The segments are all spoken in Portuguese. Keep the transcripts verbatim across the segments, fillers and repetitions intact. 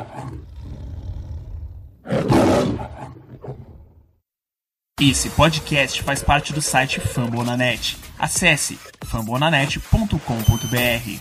Esse podcast faz parte do site Fambonanet. Acesse fambonanet ponto com ponto b r.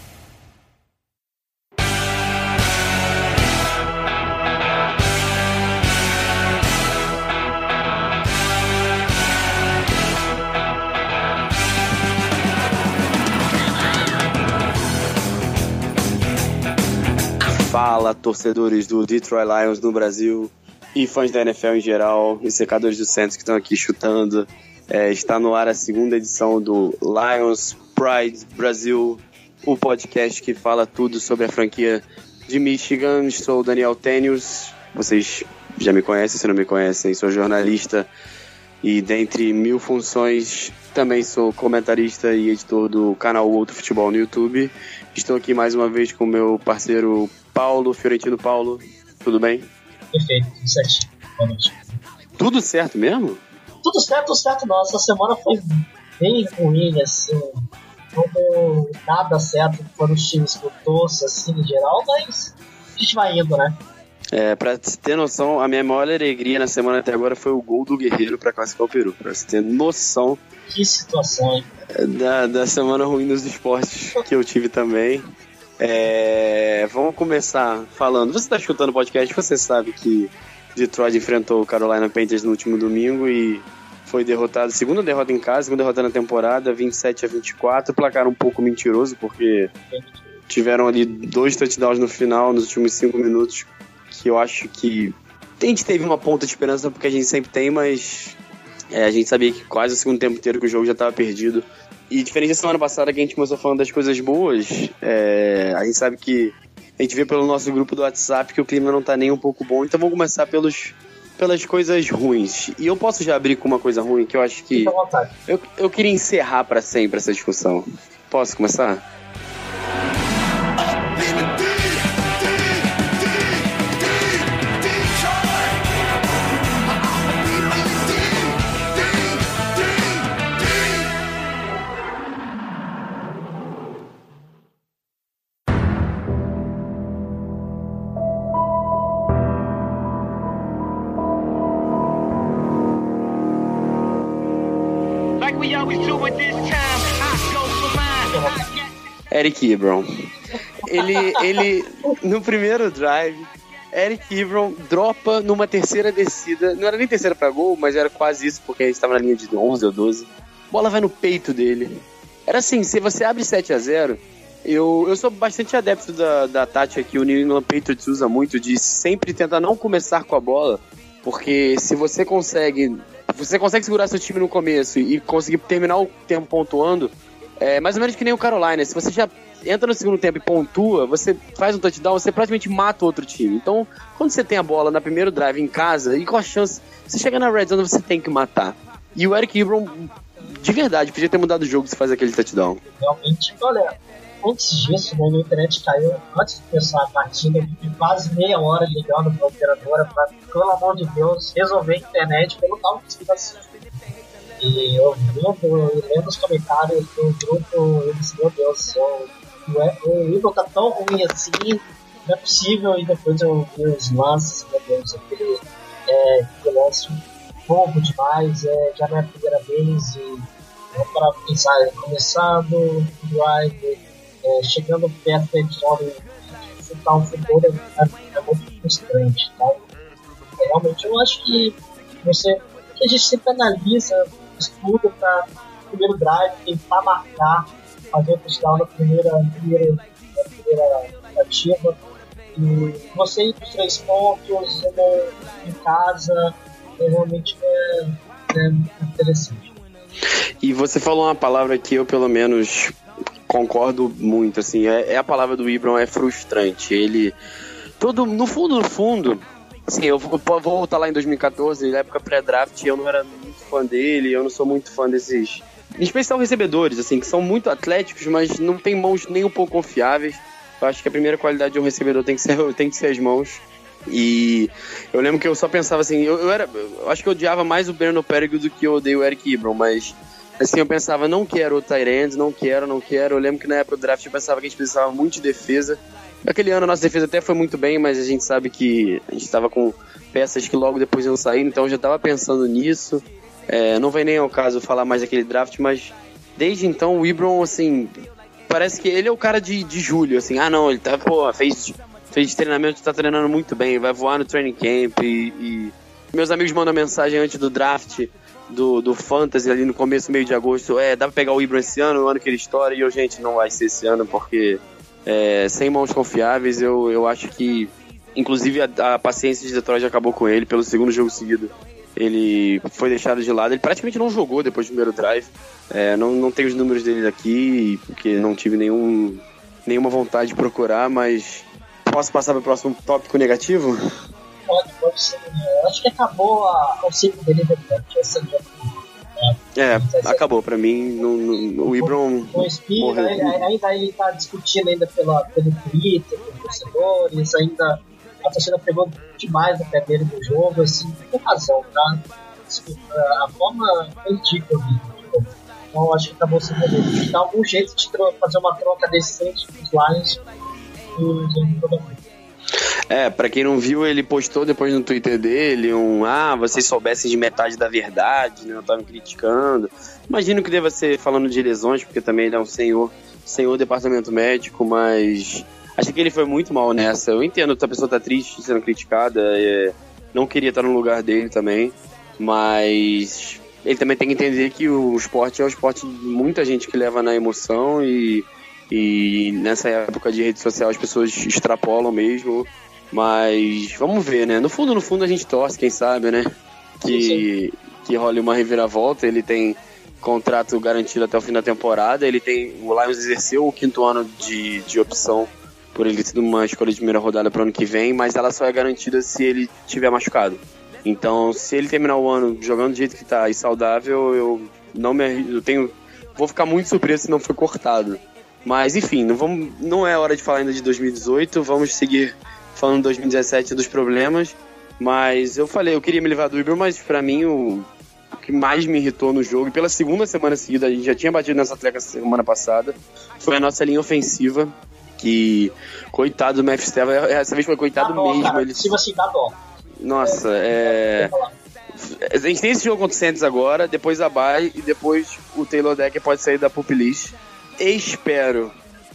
Fala, torcedores do Detroit Lions no Brasil e fãs da N F L em geral e secadores do Santos que estão aqui chutando. É, está no ar a segunda edição do Lions Pride Brasil, o podcast que fala tudo sobre a franquia de Michigan. Sou o Daniel Tênios, vocês já me conhecem, se não me conhecem, sou jornalista e dentre mil funções também sou comentarista e editor do canal Outro Futebol no YouTube. Estou aqui mais uma vez com o meu parceiro Paulo, Fiorentino Paulo. Tudo bem? Perfeito, tudo certinho. Boa noite. Tudo certo mesmo? Tudo certo, tudo certo não. Essa semana foi bem ruim, assim. Não deu nada certo. Foram os times que eu torço, assim, em geral, mas a gente vai indo, né? É, pra você ter noção, a minha maior alegria na semana até agora foi o gol do Guerreiro pra classificar o Peru. Pra você ter noção. Que situação, hein? Da, da semana ruim nos esportes que eu tive também. É, vamos começar falando. Você está escutando o podcast, você sabe que Detroit enfrentou o Carolina Panthers no último domingo e foi derrotado, segunda derrota em casa, segunda derrota na temporada, vinte e sete a vinte e quatro, placar um pouco mentiroso, porque tiveram ali dois touchdowns no final, nos últimos cinco minutos, que eu acho que a gente teve uma ponta de esperança, porque a gente sempre tem, mas é, a gente sabia que quase o segundo tempo inteiro que o jogo já estava perdido. E diferente da semana passada que a gente começou falando das coisas boas, é, a gente sabe que a gente vê pelo nosso grupo do WhatsApp que o clima não tá nem um pouco bom, então vamos começar pelos, pelas coisas ruins. E eu posso já abrir com uma coisa ruim que eu acho que Fica à vontade. eu, eu queria encerrar para sempre essa discussão. Posso começar? Eric Ebron. Ele, ele, no primeiro drive, Eric Ebron dropa numa terceira descida. Não era nem terceira pra gol, mas era quase isso, porque a gente tava na linha de onze ou doze. Bola vai no peito dele. Era assim, se você abre sete a zero, eu, eu sou bastante adepto da, da tática que o New England Patriots usa muito, de sempre tentar não começar com a bola, porque se você consegue, você consegue segurar seu time no começo e conseguir terminar o tempo pontuando, é mais ou menos que nem o Carolina. Se você já entra no segundo tempo e pontua, você faz um touchdown, você praticamente mata o outro time. Então, quando você tem a bola na primeiro drive em casa, e com a chance, você chega na red zone, você tem que matar. E o Eric Ebron, de verdade, podia ter mudado o jogo se faz aquele touchdown. Realmente, olha, antes disso, né, minha internet caiu antes de começar a partida. Eu fiquei quase meia hora ligando pra operadora pra, pelo amor de Deus, resolver a internet, porque eu não tava conseguindo assistir. E eu vendo e lendo os comentários do grupo, eu disse, meu Deus, eu, o Eagle tá tão ruim assim, não é possível. E depois eu vi os lances, meu Deus, aquele, é, aquele lance bobo demais, é, já não é a primeira vez. E é, para pensar, é, começando o drive, é, chegando perto da zone, chutar um futebol é, é muito frustrante, tá? É, realmente eu acho que você, que a gente sempre analisa estudo para primeiro drive, tentar marcar, fazer o touchdown na primeira, na primeira, na primeira tentativa. E você ir para os três pontos né, em casa é, realmente é, é interessante. E você falou uma palavra que eu, pelo menos, concordo muito. Assim, é, é a palavra do Ebron, é frustrante. Ele, todo, no fundo, no fundo, assim, eu vou, vou voltar lá em dois mil e catorze, na época pré-draft, eu não era muito fã dele, eu não sou muito fã desses, em especial recebedores, assim, que são muito atléticos, mas não tem mãos nem um pouco confiáveis. Eu acho que a primeira qualidade de um recebedor tem que ser, tem que ser as mãos. E eu lembro que eu só pensava assim, eu, eu era, eu acho que eu odiava mais o Brandon Perrigo do que eu odeio o Eric Ebron, mas assim, eu pensava, não quero o tight end, não quero, não quero. Eu lembro que na época do draft eu pensava que a gente precisava muito de defesa. Aquele ano a nossa defesa até foi muito bem, mas a gente sabe que a gente estava com peças que logo depois iam sair, então eu já estava pensando nisso. É, não vem nem ao caso falar mais daquele draft, mas desde então o Ebron, assim, parece que ele é o cara de, de julho, assim, ah não, ele tá, pô, fez, fez treinamento, tá treinando muito bem, vai voar no training camp e, e... meus amigos mandam mensagem antes do draft do, do Fantasy ali no começo, meio de agosto, é, dá pra pegar o Ebron esse ano, o ano que ele estoura, e eu, gente, não vai ser esse ano, porque é, sem mãos confiáveis, eu, eu acho que, inclusive a, a paciência de Detroit acabou com ele pelo segundo jogo seguido. Ele foi deixado de lado, ele praticamente não jogou depois do primeiro drive. É, não, não tenho os números dele aqui, porque não tive nenhum, nenhuma vontade de procurar, mas posso passar para o próximo tópico negativo? Pode, pode ser. Eu acho que acabou a, o ciclo dele depois. É, acabou pra mim. No, no, o Ebron o Espírito, ainda, ainda ele tá discutindo ainda pela, pelo Twitter, pelos torcedores, ainda a torcida pegou demais no pé dele no jogo, assim, tem razão, tá? A forma é ridícula. Então acho que acabou sendo ele. Dá algum jeito de fazer uma troca decente com os Lions e o jogo. É, pra quem não viu, ele postou depois no Twitter dele um, ah, vocês soubessem de metade da verdade, né, eu tava me criticando. Imagino que deva ser falando de lesões, porque também ele é um senhor, senhor departamento médico, mas acho que ele foi muito mal nessa. Eu entendo que a pessoa tá triste sendo criticada, é, não queria estar no lugar dele também, mas ele também tem que entender que o esporte é um esporte de muita gente que leva na emoção e, e nessa época de rede social as pessoas extrapolam mesmo. Mas vamos ver, né? No fundo, no fundo a gente torce, quem sabe, né? Que, que role uma reviravolta. Ele tem contrato garantido até o fim da temporada. Ele tem, o Lions exerceu o quinto ano de, de opção por ele ter sido uma escolha de primeira rodada para o ano que vem, mas ela só é garantida se ele tiver machucado. Então, se ele terminar o ano jogando do jeito que tá e saudável, eu não me eu tenho vou ficar muito surpreso se não for cortado. Mas enfim, não vamos, não é hora de falar ainda de dois mil e dezoito. Vamos seguir falando de dois mil e dezessete dos problemas, mas eu falei, eu queria me livrar do Ebron, mas pra mim o, o que mais me irritou no jogo, e pela segunda semana seguida, a gente já tinha batido nessa tecla semana passada, foi a nossa linha ofensiva, que coitado do Matt Steva, essa vez foi coitado dó, mesmo. Cara, ele... Se você dá dó. Nossa, é... A gente tem esse jogo contra o Saints agora, depois a bye, e depois o Taylor Decker pode sair da pup list. Espero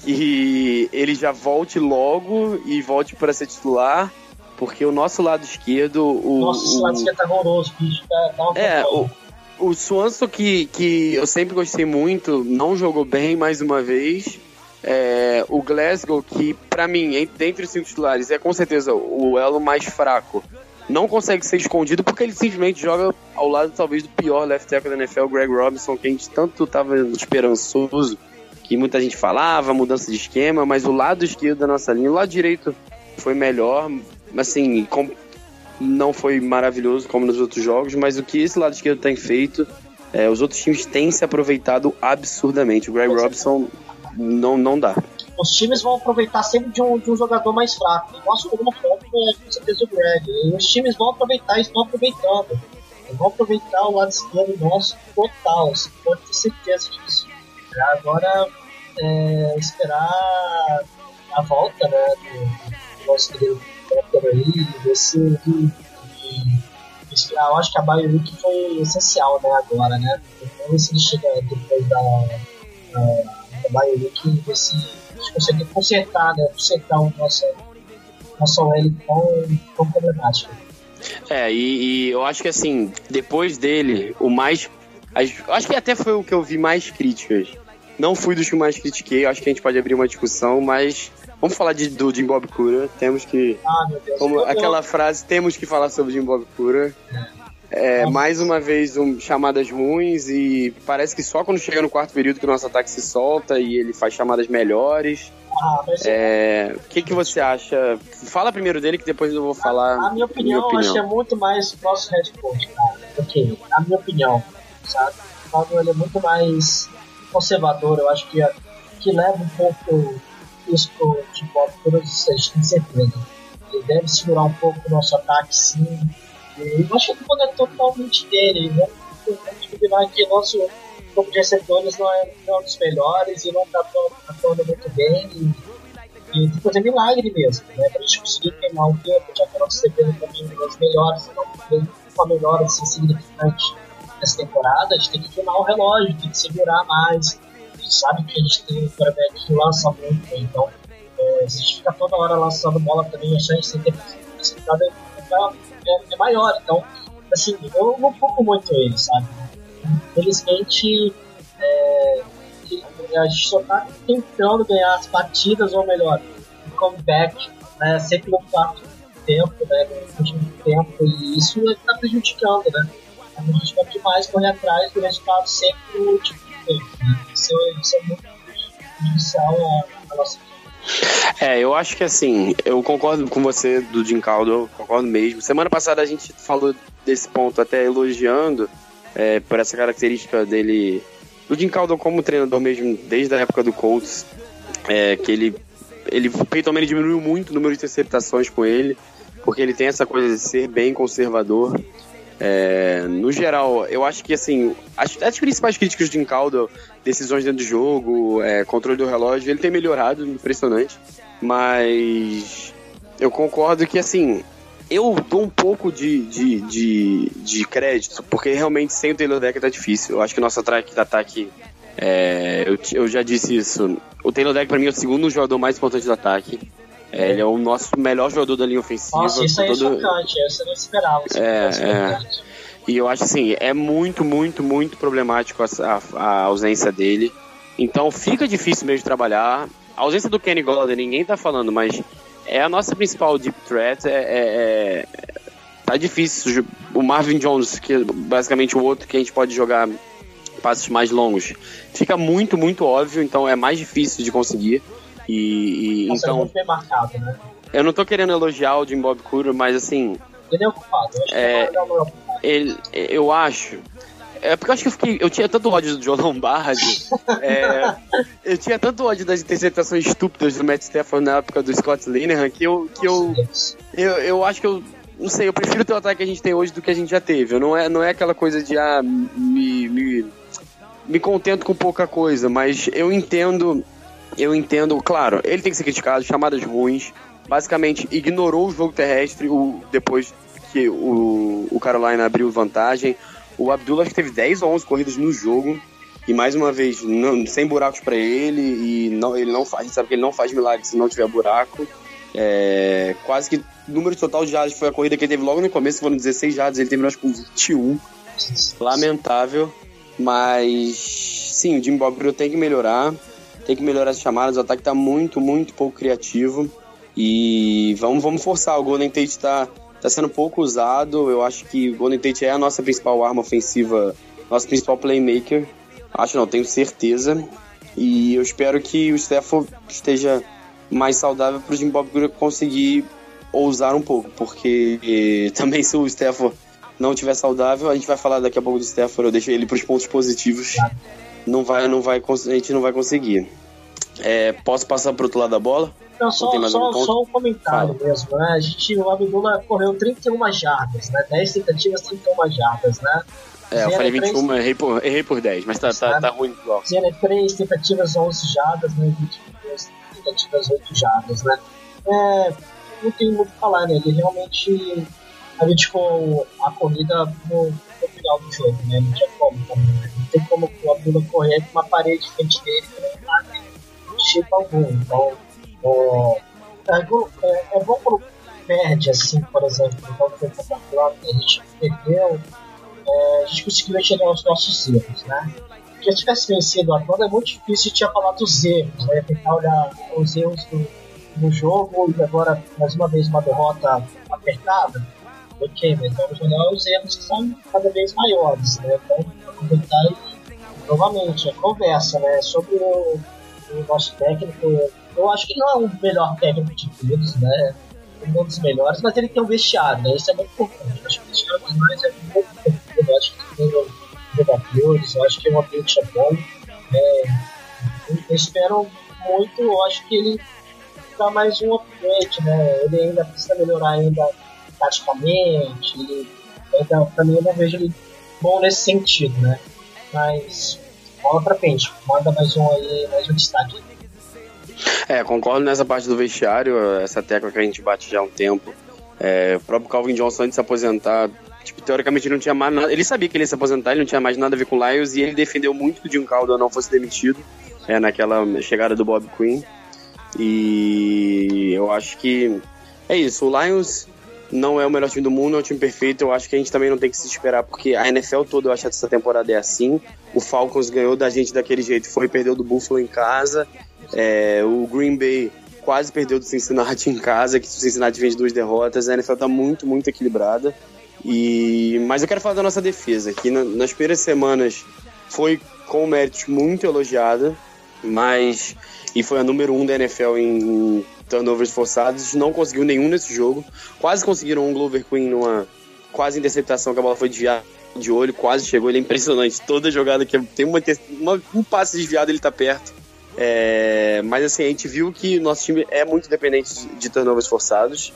que ele já volte logo e volte para ser titular, porque o nosso lado esquerdo... O, Nossa, o lado esquerdo tá horroroso, bicho. Tá, tá uma é, o, o Swanson, que, que eu sempre gostei muito, não jogou bem mais uma vez. É, o Glasgow, que pra mim, dentre os cinco titulares, é com certeza o elo mais fraco. Não consegue ser escondido porque ele simplesmente joga ao lado, talvez, do pior left tackle da N F L, Greg Robinson, que a gente tanto tava esperançoso, que muita gente falava, mudança de esquema, mas o lado esquerdo da nossa linha, o lado direito foi melhor, assim, com, não foi maravilhoso como nos outros jogos, mas o que esse lado esquerdo tem feito, é, os outros times têm se aproveitado absurdamente. O Greg Robinson não, não dá. Os times vão aproveitar sempre de um, de um jogador mais fraco. O nosso jogador fraco é com certeza o Greg. E os times vão aproveitar e estão aproveitando. Eles vão aproveitar o lado esquerdo nosso total, assim, pode ter certeza disso. Agora, é, esperar a volta, né, do, do nosso querido Pepper aí, e ver se ele, e, eu acho que a bye week foi essencial, né, agora, né, vamos ver se ele chega depois da, da, da bye week e ver se a gente consegue consertar, né, consertar o nosso, nosso O L tão, tão problemático. É, e, e eu acho que assim, depois dele, o mais... Eu acho que até foi o que eu vi mais críticas. Não fui dos que mais critiquei, acho que a gente pode abrir uma discussão, mas vamos falar de, do Jim Bob Cura. Temos que, ah, meu Deus, como aquela frase, temos que falar sobre o Jim Bob Cura. É, mais uma vez, um, chamadas ruins, e parece que só quando chega no quarto período que o nosso ataque se solta e ele faz chamadas melhores. Ah, mas é, o que, que você acha? Fala primeiro dele, que depois eu vou falar. A, a minha opinião, minha opinião. Eu acho que é muito mais o nosso head coach, cara. Porque, a minha opinião, sabe? O Fábio, ele é muito mais conservador, eu acho que, que leva um pouco isso pro futebol, por isso a gente tem certeza. Ele deve segurar um pouco o nosso ataque, sim. E eu acho que quando é totalmente dele, né? Vamos combinar que o nosso grupo de receptores não é, não é um dos melhores e não está atuando muito bem. E, E tem que fazer milagre mesmo, né? Pra gente conseguir queimar o tempo, já que a nossa defesa também é das melhores, não tem uma melhora assim, significante nessa temporada, a gente tem que queimar o relógio, tem que segurar mais. A gente sabe que a gente tem um quarterback que lança muito, né? Então é, se a gente ficar toda hora lançando bola também, a chance de ter resultado é, é, é maior. Então, assim, eu não foco muito ele, sabe? Infelizmente, é, a gente só tá tentando ganhar as partidas, ou melhor, o comeback, né, sempre no quarto tempo, né, no último tempo, e isso está prejudicando, né? Está prejudicando demais correr atrás do resultado sempre no último tempo, né? Isso, isso é muito prejudicial à nossa vida. É, eu acho que assim, eu concordo com você do Jim Caldwell, concordo mesmo. Semana passada a gente falou desse ponto até elogiando é, por essa característica dele, do Jim Caldwell como treinador mesmo, desde a época do Colts, é, que ele, ele, o Peyton Manning diminuiu muito o número de interceptações com ele, porque ele tem essa coisa de ser bem conservador. É, no geral, eu acho que assim, as, as principais críticas do Jim Caldwell, decisões dentro do jogo, é, controle do relógio, ele tem melhorado, impressionante, mas eu concordo que assim, eu dou um pouco de, de, de, de crédito, porque realmente sem o Taylor Decker tá difícil. Eu acho que o nosso ataque, ataque é, eu, eu já disse isso, o Taylor Decker pra mim é o segundo jogador mais importante do ataque. É, ele é o nosso melhor jogador da linha ofensiva. Nossa, isso aí todo... é chocante, isso eu não esperava. É, é. E eu acho assim, é muito, muito, muito problemático a, a, a ausência dele. Então fica difícil mesmo de trabalhar. A ausência do Kenny Golladay, ninguém tá falando, mas é a nossa principal deep threat. É, é, é, tá difícil. O Marvin Jones, que é basicamente o outro que a gente pode jogar passos mais longos, fica muito, muito óbvio, então é mais difícil de conseguir. E, e Nossa, então, é muito bem marcado, né? Eu não tô querendo elogiar o Jim Bob Cooter, mas assim, ele é ocupado, eu acho é, que é ele, eu acho é porque eu acho que eu fiquei, eu tinha tanto ódio do Joe Lombardi, é, eu tinha tanto ódio das interceptações estúpidas do Matt Stafford na época do Scott Linehan que eu que eu, eu, eu acho que eu não sei, eu prefiro ter o ataque que a gente tem hoje do que a gente já teve. Eu não é não é aquela coisa de ah, me, me me contento com pouca coisa, mas eu entendo Eu entendo, claro, ele tem que ser criticado, chamadas ruins, basicamente ignorou o jogo terrestre o, depois que o, o Carolina abriu vantagem. O Abdullah acho que teve dez ou onze corridas no jogo, e mais uma vez, não, sem buracos para ele, e não, ele não faz, a gente sabe que ele não faz milagre se não tiver buraco. É, quase que o número total de jardas foi a corrida que ele teve logo no começo, foram dezesseis jardas, ele terminou acho com vinte e um, lamentável, mas sim, o Jim Bob Cooter tem que melhorar. Tem que melhorar as chamadas, o ataque tá muito, muito pouco criativo. E vamos, vamos forçar, o Golden Tate tá, tá sendo pouco usado. Eu acho que o Golden Tate é a nossa principal arma ofensiva, nosso principal playmaker. Acho não, tenho certeza. E eu espero que o Stafford esteja mais saudável para o Jim Bob Cooter conseguir ousar um pouco. Porque também se o Stafford não estiver saudável, a gente vai falar daqui a pouco do Stafford, eu deixo ele para os pontos positivos. Não vai, não vai, a gente não vai conseguir. É, posso passar para o outro lado da bola? Não, só, tem mais só, um ponto? só um comentário Fala. mesmo, né? A gente, o Abdullah correu trinta e uma jardas, né? dez tentativas, trinta e uma jardas, né? É, eu falei vinte e um, errei por, errei por dez, mas tá, tá, tá ruim igual. zero três tentativas, onze jardas, né? vinte e duas tentativas, oito jardas, né? É, não tem muito o que falar, né? Ele realmente abdicou a corrida no, no final do jogo, né? Não tinha como, né? Não tem como o Abdullah correr com uma parede de frente dele que não tá de jeito algum. Então, é, é, é bom quando perde, assim, por exemplo, então foi a gente perdeu, é, a gente conseguiu enxergar os nossos erros, né? Se eu tivesse vencido a Atlanta, é muito difícil de falar dos erros, né? Tentar olhar os erros do, do jogo e agora, mais uma vez, uma derrota apertada. Ok, mas vamos olhar os erros que são cada vez maiores, né? Então, aproveitar e, novamente, a conversa, né? Sobre o, o nosso técnico. Eu acho que não é o melhor técnico de todos, né? Um dos melhores, mas ele tem um vestiário, né? Isso é muito importante. Eu acho que o vestiário dos mais é muito importante. Eu acho que tem jogadores, eu acho que o ambiente é bom. É, eu espero muito, eu acho que ele dá mais um upgrade, né? Ele ainda precisa melhorar ainda taticamente, ele, ainda, pra mim eu não vejo ele bom nesse sentido, né? Mas bola pra frente, manda mais um aí, mais um destaque. É, concordo nessa parte do vestiário, essa tecla que a gente bate já há um tempo. É, o próprio Calvin Johnson, antes de se aposentar, tipo, teoricamente ele não tinha mais nada. Ele sabia que ele ia se aposentar, ele não tinha mais nada a ver com o Lions, e ele defendeu muito que o Jim Caldwell não fosse demitido, é, naquela chegada do Bob Quinn. E eu acho que é isso. O Lions não é o melhor time do mundo, é o time perfeito. Eu acho que a gente também não tem que se esperar, porque a N F L toda, eu acho que essa temporada é assim. O Falcons ganhou da gente daquele jeito, foi perdeu do Buffalo em casa. É, o Green Bay quase perdeu do Cincinnati em casa, que o Cincinnati vem de duas derrotas. A N F L tá muito, muito equilibrada. E... Mas eu quero falar da nossa defesa, que na, nas primeiras semanas foi com méritos muito elogiada, mas... e foi a número um da N F L em turnovers forçados, não conseguiu nenhum nesse jogo. Quase conseguiram um Glover Queen numa quase interceptação, que a bola foi desviada de olho, quase chegou. Ele é impressionante, toda jogada que tem uma, uma, um passe desviado, ele tá perto. É, mas assim, a gente viu que nosso time é muito dependente de turnovers forçados,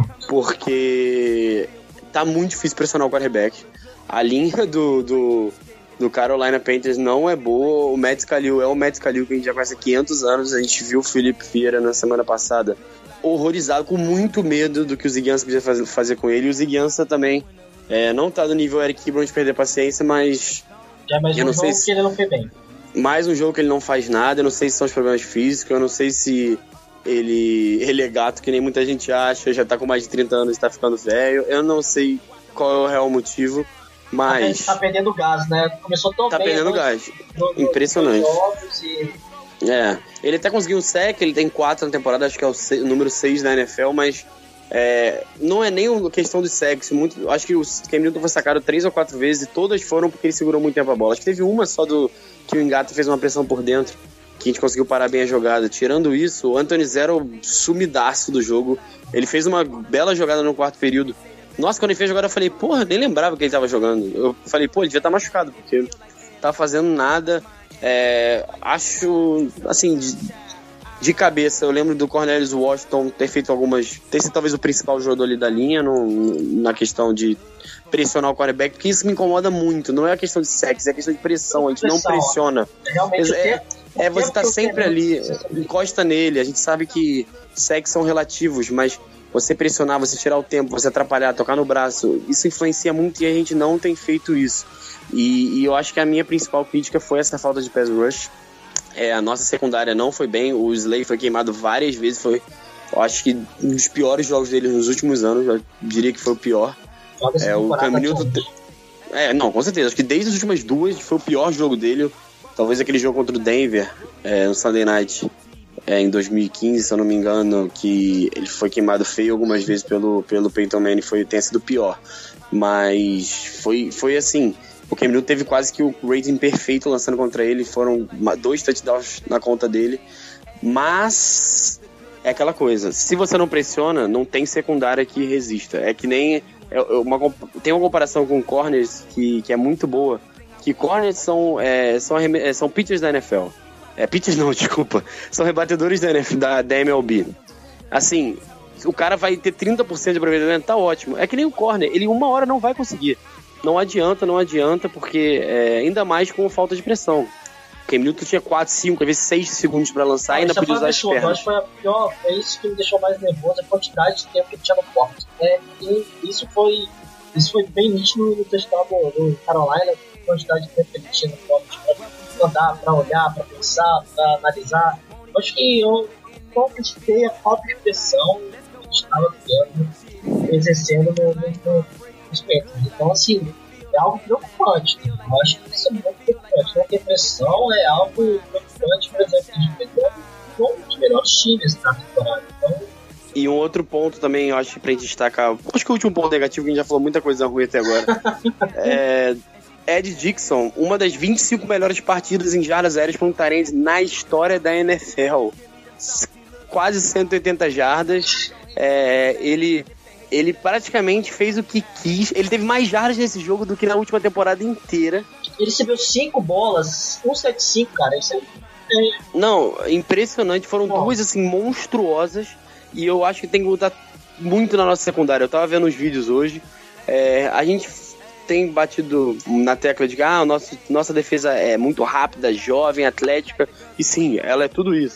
porque tá muito difícil pressionar o quarterback. A linha do, do, do Carolina Panthers não é boa. O Matt Kalil é o Matt Kalil que a gente já conhece há quinhentos anos. A gente viu o Felipe Vieira na semana passada horrorizado, com muito medo do que o Ziguiança podia fazer, fazer com ele. E o Ziguiança também é, não tá no nível Eric Ebron de perder paciência, mas é mais eu um não jogo sei se... que ele não fez bem. Mais um jogo que ele não faz nada. Eu não sei se são os problemas físicos, eu não sei se ele, ele é gato, que nem muita gente acha, já tá com mais de trinta anos e tá ficando velho. Eu não sei qual é o real motivo, mas... Tá perdendo gás, né? Começou tão tá bem. Tá perdendo no, gás. no, Impressionante. No e... É, ele até conseguiu um sec, ele tem quatro na temporada, acho que é o, seis, o número seis da N F L, mas é, não é nem uma questão de sexo. Muito, acho que o Cam Newton foi sacado três ou quatro vezes, e todas foram porque ele segurou muito tempo a bola. Acho que teve uma só do que o Engata fez uma pressão por dentro, que a gente conseguiu parar bem a jogada. Tirando isso, o Anthony Zero sumidaço do jogo. Ele fez uma bela jogada no quarto período. Nossa, quando ele fez a jogada eu falei, porra, nem lembrava que ele tava jogando. Eu falei, pô, ele devia estar machucado, porque tá fazendo nada. É, acho, assim, de, de cabeça, eu lembro do Cornelius Washington ter feito algumas, ter sido talvez o principal jogador ali da linha no, na questão de pressionar o quarterback, porque isso me incomoda muito. Não é a questão de sexo, é a questão de pressão. A gente não pressiona. Realmente, é, é, é você tá sempre ali, encosta nele. A gente sabe que sexos são relativos, mas você pressionar, você tirar o tempo, você atrapalhar, tocar no braço, isso influencia muito, e a gente não tem feito isso. E, e eu acho que a minha principal crítica foi essa falta de pass rush. É, a nossa secundária não foi bem, o Slay foi queimado várias vezes, foi, eu acho que um dos piores jogos dele nos últimos anos, eu diria que foi o pior. É, o Cam Newton... É, não, com certeza, acho que desde as últimas duas foi o pior jogo dele, talvez aquele jogo contra o Denver, é, no Sunday Night, é, em dois mil e quinze, se eu não me engano, que ele foi queimado feio algumas vezes pelo, pelo Peyton Manning, foi, tenha sido pior, mas foi, foi assim... O Cam Newton teve quase que o rating perfeito lançando contra ele, foram dois touchdowns na conta dele, mas é aquela coisa, se você não pressiona, não tem secundária que resista. É que nem é uma, tem uma comparação com corners que, que é muito boa, que corners são, é, são, são pitchers da N F L, é, pitchers não, desculpa, são rebatedores da, N F L, da, da M L B. Assim, o cara vai ter trinta por cento de aproveitamento, tá ótimo. É que nem o corner, ele uma hora não vai conseguir. Não adianta, não adianta, porque é, ainda mais com falta de pressão. O Cam Newton tinha quatro, cinco, às vezes seis segundos pra lançar, e ainda podia usar as pernas. Eu acho que foi a pior, foi isso que me deixou mais nervoso, a quantidade de tempo que ele tinha no pocket. É, e isso foi, isso foi bem nítido no touchdown do, do Carolina, a quantidade de tempo que ele tinha no pocket pra andar, pra olhar, pra pensar, pra analisar. Eu acho que eu não acreditei a falta de pressão que ele estava tendo, exercendo no, no, no então, assim, é algo preocupante. Né? Eu acho que isso é muito preocupante. Não ter pressão é algo preocupante, por exemplo, de pegar um dos melhores times na temporada. Então... E um outro ponto também, eu acho que pra gente destacar, acho que o último ponto negativo, que a gente já falou muita coisa ruim até agora, é Ed Dickson, uma das vinte e cinco melhores partidas em jardas aéreas para um tight end na história da N F L. Quase cento e oitenta jardas. É, ele... Ele praticamente fez o que quis. Ele teve mais jardas nesse jogo do que na última temporada inteira. Ele recebeu cinco bolas, cento e setenta e cinco, cara. Isso é... Não, impressionante. Foram Bom. duas assim monstruosas. E eu acho que tem que lutar muito na nossa secundária. Eu tava vendo os vídeos hoje. É, a gente tem batido na tecla de que ah, nosso, nossa defesa é muito rápida, jovem, atlética. E sim, ela é tudo isso.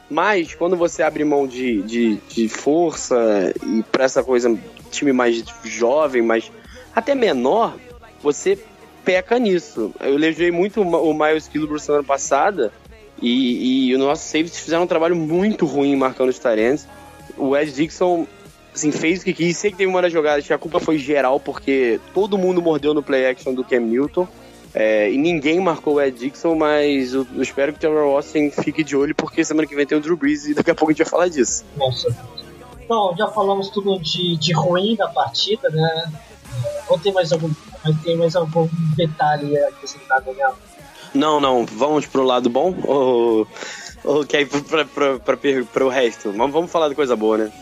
Mas quando você abre mão de, de, de força e pra essa coisa, time mais jovem, mas até menor, você peca nisso. Eu elogiei muito o Miles Killebrew semana passada e, e os nossos safeties fizeram um trabalho muito ruim marcando os tarentes. O Ed Dickson assim, fez o que quis. Sei que teve uma das jogadas que a culpa foi geral, porque todo mundo mordeu no play action do Cam Newton. É, e ninguém marcou o Ed Dickson, mas eu, eu espero que o Teron Austin fique de olho, porque semana que vem tem o Drew Brees e daqui a pouco a gente vai falar disso. Nossa. Então, já falamos tudo de, de ruim da partida, né? Ou tem mais algum, tem mais algum detalhe acrescentado nela? Não, não. Vamos pro lado bom? Ou, ou quer ir pra, pra, pra, pra, pro resto? Vamos, vamos falar de coisa boa, né?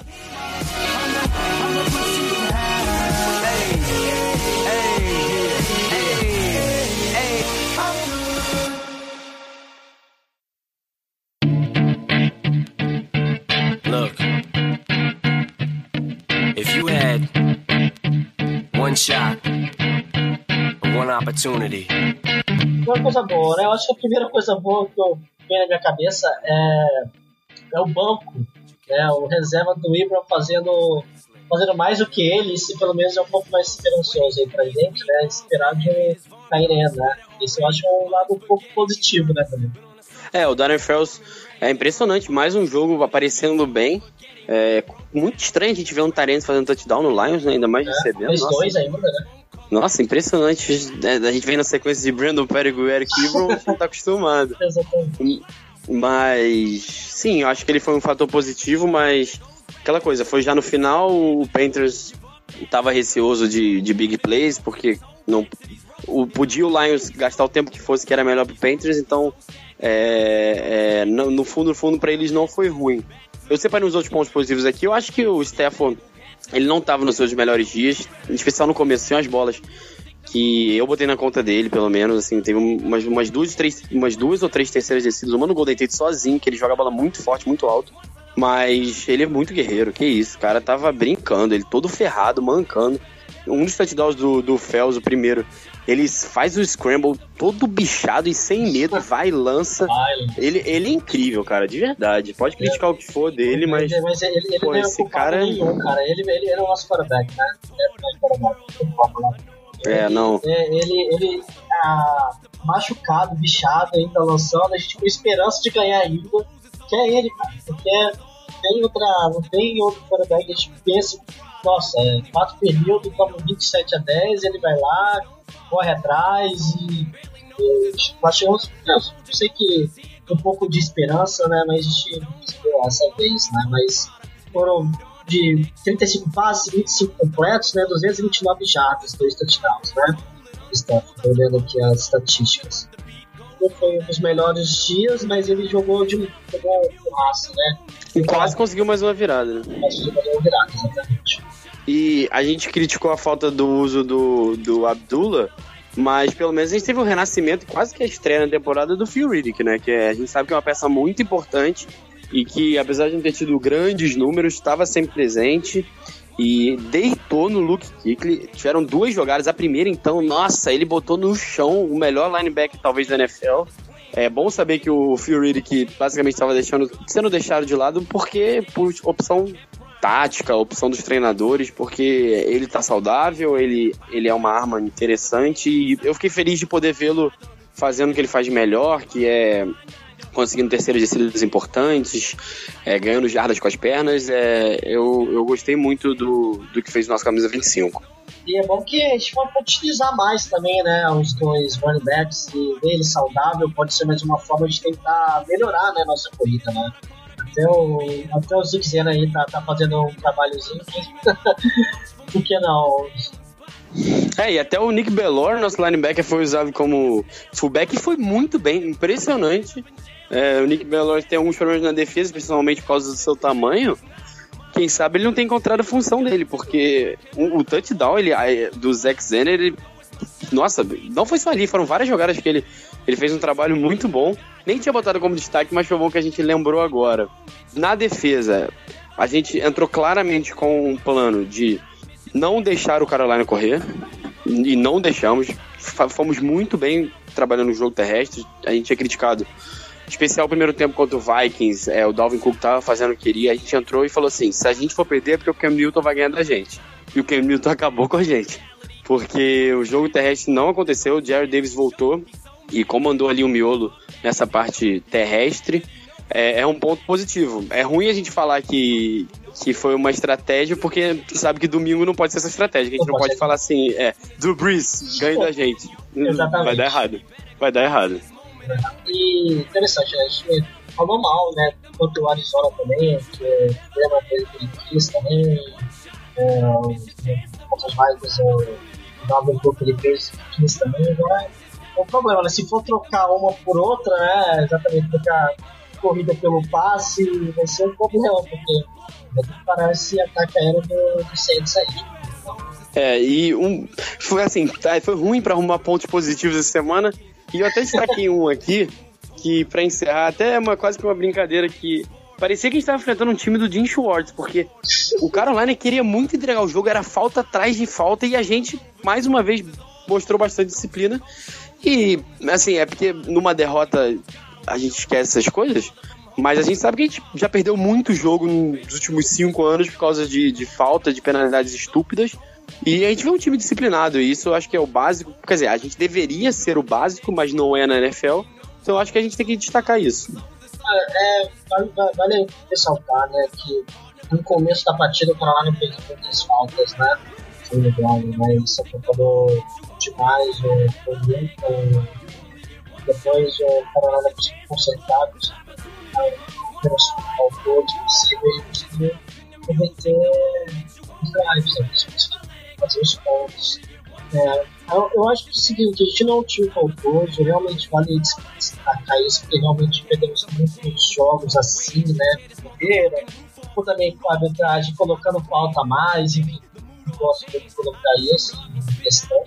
One shot, one opportunity. Uma coisa boa, né? Eu acho que a primeira coisa boa que eu vem na minha cabeça é, é o banco, né? O reserva do Ibram fazendo, fazendo mais do que ele, isso pelo menos é um pouco mais esperançoso aí pra gente, né? Esperar de um Tyrene, né? Isso eu acho um lado um pouco positivo, né, também. É, o Darren Fells é impressionante, mais um jogo aparecendo bem. É muito estranho a gente ver um Tyrene fazendo touchdown no Lions, né? Ainda mais é, recebendo. Os dois ainda, né? Nossa, impressionante. A gente vem na sequência de Brandon Pettigrew e Eric Ebron, a gente não tá acostumado. Exatamente. Mas, sim, eu acho que ele foi um fator positivo, mas aquela coisa, foi já no final, o Panthers tava receoso de, de big plays, porque não o, podia o Lions gastar o tempo que fosse, que era melhor pro Panthers, então é, é, no, no fundo, no fundo, pra eles não foi ruim. Eu separei uns outros pontos positivos aqui. Eu acho que o Stafford, ele não estava nos seus melhores dias, em especial no começo, tinha as bolas que eu botei na conta dele, pelo menos, assim, teve umas, umas, duas, três, umas duas ou três terceiras descidas, uma no Golden Tate sozinho, que ele joga a bola muito forte, muito alto, mas ele é muito guerreiro, que isso, o cara tava brincando, ele todo ferrado, mancando. Um dos touchdowns do, do Fells, o primeiro, ele faz o scramble todo bichado e sem medo, vai e lança. Ele, ele é incrível, cara, de verdade. Pode criticar o que for dele, mas... Mas ele, ele pô, não é esse cara... nenhum, cara. Ele, ele, ele é o nosso quarterback, né? É, não. Ele, ele ah, machucado, bichado, ainda lançando, a gente com esperança de ganhar ainda. Que é ele, cara. Porque tem outra, não tem outro quarterback que a gente pensa... Nossa, é, quatro períodos, estamos vinte e sete a dez, ele vai lá, corre atrás e, e achamos, eu sei que um pouco de esperança, né, mas a gente não conseguiu essa vez, né, mas foram de trinta e cinco passes, vinte e cinco completos, né, duzentos e vinte e nove jardas, dois touchdowns, né, estou vendo aqui as estatísticas. Não foi um dos melhores dias, mas ele jogou de um massa, né. E quase conseguiu mais uma virada, né. Quase conseguiu mais uma virada, exatamente. E a gente criticou a falta do uso do, do Abdullah, mas pelo menos a gente teve um renascimento, quase que a estreia na temporada do Phil Riddick, né? Que é, a gente sabe que é uma peça muito importante e que, apesar de não ter tido grandes números, estava sempre presente e deitou no Luke Kuechly. Tiveram duas jogadas. A primeira, então, nossa, ele botou no chão o melhor linebacker, talvez, da N F L. É bom saber que o Phil Riddick basicamente estava deixando, sendo deixado de lado porque por opção tática, opção dos treinadores, porque ele tá saudável, ele, ele é uma arma interessante e eu fiquei feliz de poder vê-lo fazendo o que ele faz de melhor, que é conseguindo terceiras descidas importantes, é, ganhando jardas com as pernas. É, eu, eu gostei muito do, do que fez o nosso camisa vinte e cinco. E é bom que a gente pode utilizar mais também, né, os dois running backs, e ver ele saudável pode ser mais uma forma de tentar melhorar, né, nossa corrida, né. Até o, até o Zig Zena aí tá, tá fazendo um trabalhozinho. Por que não? É, e até o Nick Bellore, nosso linebacker, foi usado como fullback e foi muito bem, impressionante. É, o Nick Bellore tem alguns problemas na defesa, principalmente por causa do seu tamanho. Quem sabe ele não tem encontrado a função dele, porque o, o touchdown ele, do Zach Zenner, ele, nossa, não foi só ali, foram várias jogadas que ele, ele fez um trabalho muito bom. Nem tinha botado como destaque, mas foi bom que a gente lembrou agora. Na defesa, a gente entrou claramente com um plano de não deixar o Carolina correr, e não deixamos. Fomos muito bem trabalhando no jogo terrestre. A gente tinha criticado especial o primeiro tempo contra o Vikings, é, o Dalvin Cook tava fazendo o que queria, a gente entrou e falou assim, se a gente for perder é porque o Cam Newton vai ganhar da gente. E o Cam Newton acabou com a gente. Porque o jogo terrestre não aconteceu, o Jarrad Davis voltou e comandou ali o miolo nessa parte terrestre. É, é um ponto positivo. É ruim a gente falar que, que foi uma estratégia, porque a gente sabe que domingo não pode ser essa estratégia. A gente não pode falar assim, é, Drew Brees, ganha da gente. Exatamente. Vai dar errado. Vai dar errado. E interessante, né? A gente falou mal, né? Quanto o Arizona também, que é uma coisa que ele quis também. É, contra os Vikings, o Dalvin Cook ele fez quis também. Agora é um problema, né? Se for trocar uma por outra, né? Exatamente, trocar corrida pelo passe, vai ser um problema, porque parece ataque aéreo do, do Saints aí. É, e um, foi assim, tá, foi ruim pra arrumar pontos positivos essa semana, e eu até destaquei um aqui, que pra encerrar, até é uma, quase que uma brincadeira, que parecia que a gente tava enfrentando um time do Jim Schwartz, porque o Carolina queria muito entregar o jogo, era falta atrás de falta, e a gente, mais uma vez, mostrou bastante disciplina, e, assim, é porque numa derrota a gente esquece essas coisas, mas a gente sabe que a gente já perdeu muito jogo nos últimos cinco anos por causa de, de falta, de penalidades estúpidas, e a gente vê um time disciplinado, e isso eu acho que é o básico, quer dizer, a gente deveria ser o básico, mas não é na N F L, então eu acho que a gente tem que destacar isso. É, vale, vale ressaltar, né, que no começo da partida o Carolina fez muitas faltas, né, foi legal, né, isso atrapalhou demais o Lincoln. Depois o Carolina conseguiu consertar, conseguiu ao todo possível e conseguiu cometer os drives, né? Conseguiu fazer os pontos. É, eu, eu acho que é o seguinte, a gente não tinha faltoso, realmente vale destacar isso, porque realmente perdemos muitos jogos assim, né? Primeira, ou também com a arbitragem colocando falta a mais, enfim, eu gosto de colocar isso em questão,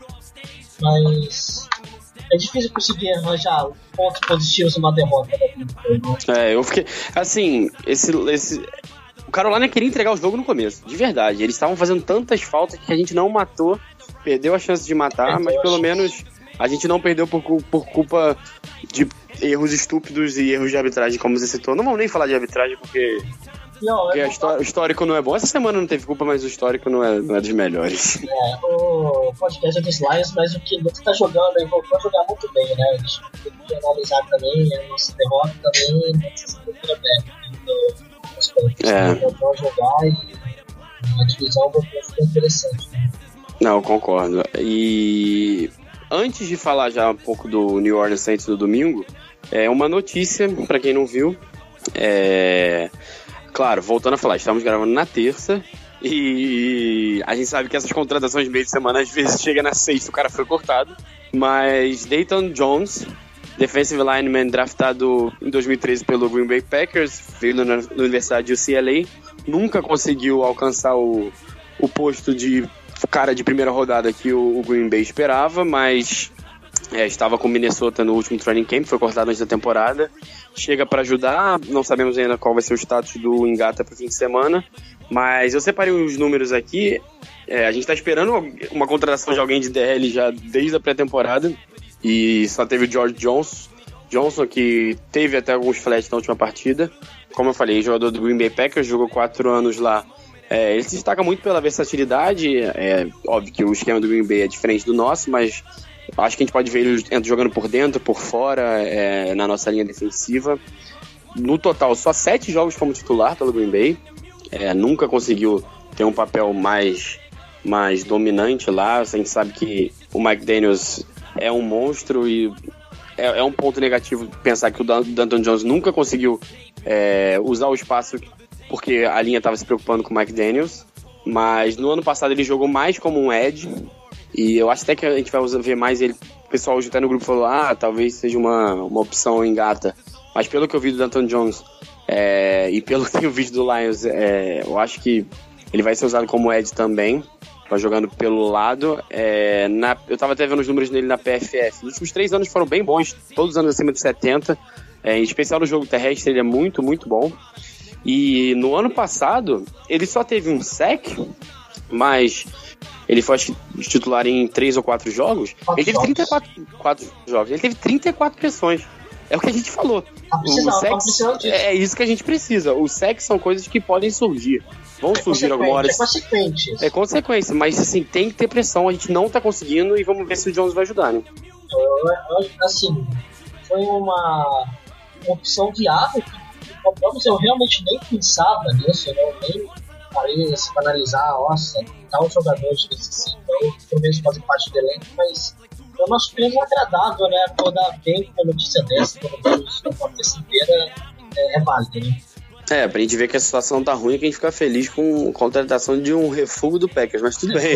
mas é difícil conseguir arranjar pontos positivos numa derrota. Né? É, eu fiquei. Assim, esse, esse. O Carolina queria entregar o jogo no começo, de verdade. Eles estavam fazendo tantas faltas que a gente não matou, perdeu a chance de matar, perdeu, mas pelo menos a gente não perdeu por, por culpa de erros estúpidos e erros de arbitragem, como você citou. Não vamos nem falar de arbitragem porque. Não, Porque história, o histórico não é bom. Essa semana não teve culpa, mas o histórico não é, não é dos melhores. É, o podcast é dos Lions, mas o que ele tá jogando, ele voltou a jogar muito bem, né? A gente tem que analisar também, a nossa derrota também, nossa estrutura técnica. É. Voltou a jogar e a divisão voltou a ficar interessante. Né? Não, concordo. E antes de falar já um pouco do New Orleans Saints do domingo, é uma notícia, pra quem não viu, é... Claro, voltando a falar, estamos gravando na terça e a gente sabe que essas contratações de meio de semana às vezes chega na sexta, o cara foi cortado, mas Dayton Jones, defensive lineman draftado em dois mil e treze pelo Green Bay Packers, veio na Universidade de U C L A, nunca conseguiu alcançar o, o posto de cara de primeira rodada que o, o Green Bay esperava, mas é, estava com o Minnesota no último training camp, foi cortado antes da temporada. Chega para ajudar, não sabemos ainda qual vai ser o status do Ngata para o fim de semana, mas eu separei os números aqui, é, a gente está esperando uma contratação de alguém de D L já desde a pré-temporada, e só teve o George Johnson, Johnson que teve até alguns flashes na última partida, como eu falei, jogador do Green Bay Packers, jogou quatro anos lá, é, ele se destaca muito pela versatilidade, é óbvio que o esquema do Green Bay é diferente do nosso, mas acho que a gente pode ver ele jogando por dentro, por fora, é, na nossa linha defensiva. No total, só sete jogos como titular pelo Green Bay. É, nunca conseguiu ter um papel mais, mais dominante lá. A gente sabe que o Mike Daniels é um monstro e é, é um ponto negativo pensar que o Dayton Jones nunca conseguiu é, usar o espaço porque a linha estava se preocupando com o Mike Daniels. Mas no ano passado ele jogou mais como um edge. E eu acho até que a gente vai ver mais ele. O pessoal hoje até no grupo falou, ah, talvez seja uma, uma opção em gata. Mas pelo que eu vi do Dayton Jones é, e pelo que tenho visto do Lions, é, eu acho que ele vai ser usado como edge também, vai jogando pelo lado. É, na, eu tava até vendo os números dele na P F F. Os últimos três anos foram bem bons, todos os anos acima de setenta. É, em especial no jogo terrestre, ele é muito, muito bom. E no ano passado, ele só teve um sack, mas ele foi acho que, titular em três ou quatro jogos. Quatro ele teve trinta e quatro, quatro jogos. Ele teve trinta e quatro pressões. É o que a gente falou. Tá precisando, o tá sexo, precisando disso. é isso que a gente precisa. O sexo são coisas que podem surgir. Vão surgir alguma hora. É consequente. É consequência, mas assim, tem que ter pressão. A gente não tá conseguindo e vamos ver se o Jones vai ajudar, né? Assim, foi uma opção viável que compramos. Eu realmente nem pensava nisso, eu nem parei assim, para analisar, nossa, tal jogador de necessita, ou pelo menos fazer parte do elenco, mas foi uma surpresa agradável, né? Acordar bem com a notícia dessa, quando vemos uma terça-feira, é, é válido, né? É, pra gente ver que a situação tá ruim, que a gente fica feliz com a contratação de um refúgio do Packers, mas tudo bem.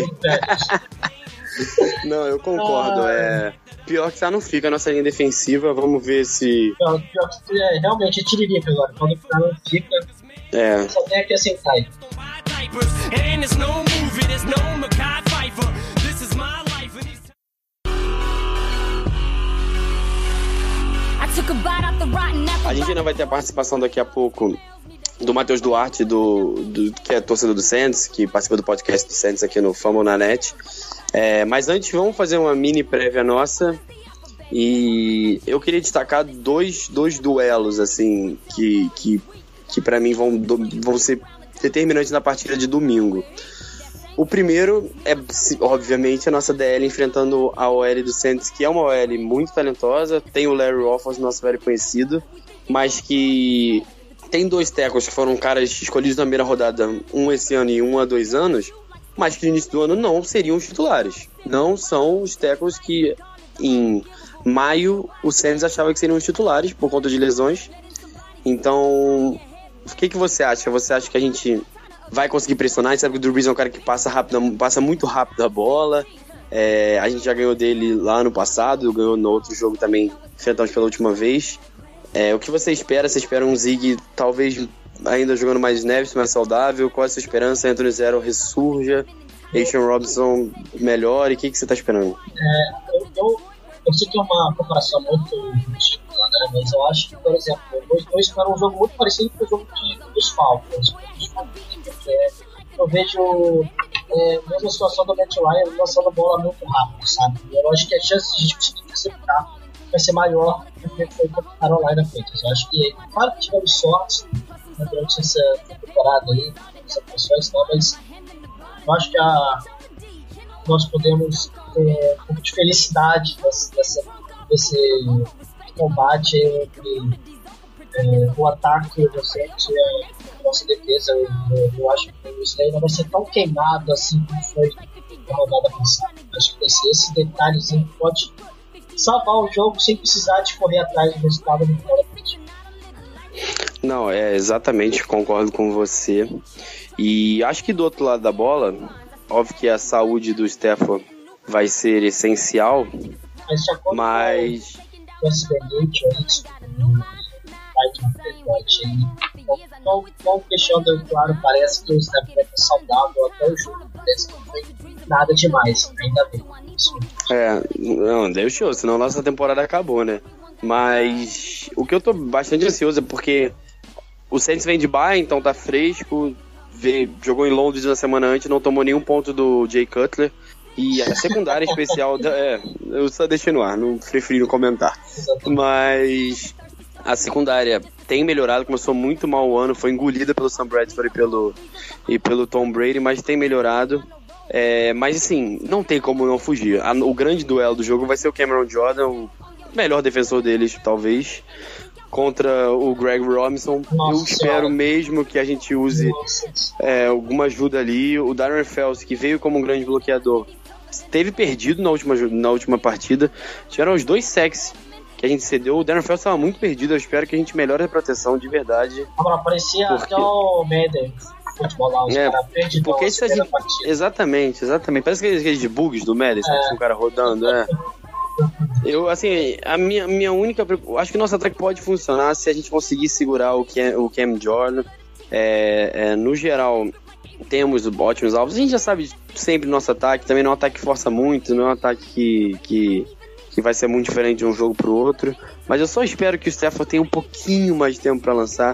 Não, eu concordo. Ah, é... Pior que tá, não fica a nossa linha defensiva. Vamos ver se. Pior, pior que é, realmente é tiririca agora. Quando tá, não fica. É. Só tem aqui a sentar aí. A gente ainda vai ter a participação daqui a pouco do Matheus Duarte, do, do, que é torcedor do Saints, que participa do podcast do Saints aqui no Fumble na Net. É, mas antes, vamos fazer uma mini prévia nossa. E eu queria destacar dois, dois duelos assim que, que, que para mim vão, vão ser determinantes na partida de domingo. O primeiro é, obviamente, a nossa D L enfrentando a O L do Saints, que é uma O L muito talentosa. Tem o Larry Offers, nosso velho conhecido, mas que tem dois tackles que foram caras escolhidos na primeira rodada, um esse ano e um há dois anos, mas que no início do ano não seriam os titulares. Não são os tackles que em maio o Saints achava que seriam os titulares por conta de lesões. Então, o que, que você acha? Você acha que a gente vai conseguir pressionar? A gente sabe que o Drew Brees é um cara que passa, rápido, passa muito rápido a bola. É, a gente já ganhou dele lá no passado, ganhou no outro jogo também, enfrentamos pela última vez. É, o que você espera? Você espera um Zig talvez ainda jogando mais snaps, mais saudável? Qual é a sua esperança? Anthony Zero ressurja, Asian Robinson melhore? O que, que você está esperando? É, eu, eu, eu sei que é uma comparação muito ridícula, né? Mas eu acho que, por exemplo, os dois ficaram um jogo muito parecido com o jogo de, dos Falcons. Porque eu vejo é, a mesma situação do Matt Ryan lançando bola muito rápido, sabe? Eu acho que a chance de a gente conseguir interceptar vai ser maior do que foi com a Carolina Panthers. Eu acho que, claro que tivemos sorte né, durante essa temporada aí, essas pessoas, né, mas eu acho que a, nós podemos ter um pouco de felicidade desse, desse, desse combate entre é, o ataque e a nossa defesa. Eu, eu, eu acho que o Slay não vai ser tão queimado assim como foi na rodada passada. Acho que esse, esse detalhezinho pode salvar o jogo sem precisar de correr atrás do resultado no final da partida. Não, é exatamente, concordo com você. E acho que do outro lado da bola, óbvio que a saúde do Stafford vai ser essencial, mas já mas com esse delete aí, não, não deixando claro, parece que o Stafford vai estar saudável até o jogo. Parece que não foi nada demais, ainda bem. Isso. É, não, deu show, senão a nossa temporada acabou, né? Mas o que eu tô bastante ansioso é porque o Saints vem de bye, então tá fresco, veio, jogou em Londres na semana antes, não tomou nenhum ponto do Jay Cutler. E a secundária especial, da, é, eu só deixei no ar, não preferi não comentar. Mas a secundária tem melhorado, começou muito mal o ano, foi engolida pelo Sam Bradford e pelo, e pelo Tom Brady, mas tem melhorado. É, mas assim, não tem como não fugir. A, o grande duelo do jogo vai ser o Cameron Jordan, o melhor defensor deles, talvez, contra o Greg Robinson. Nossa, eu espero senhora. mesmo que a gente use é, alguma ajuda ali. O Darren Fells, que veio como um grande bloqueador, esteve perdido na última, na última partida. Tiveram os dois sacks que a gente cedeu. O Darren Fells estava muito perdido. Eu espero que a gente melhore a proteção de verdade. Agora, parecia porque... até o Madden. Futebol lá, os é, caras perdem porque isso a gente... Exatamente, exatamente. Parece aqueles, aqueles de bugs do Madden, é. um cara rodando, é. Eu, assim, a minha, minha única... Acho que o nosso ataque pode funcionar se a gente conseguir segurar o Cam, o Cam Jordan. É, é, no geral, temos ótimos alvos. A gente já sabe sempre o nosso ataque. Também não é um ataque que força muito, não é um ataque que, que, que vai ser muito diferente de um jogo pro outro. Mas eu só espero que o Stafford tenha um pouquinho mais de tempo para lançar.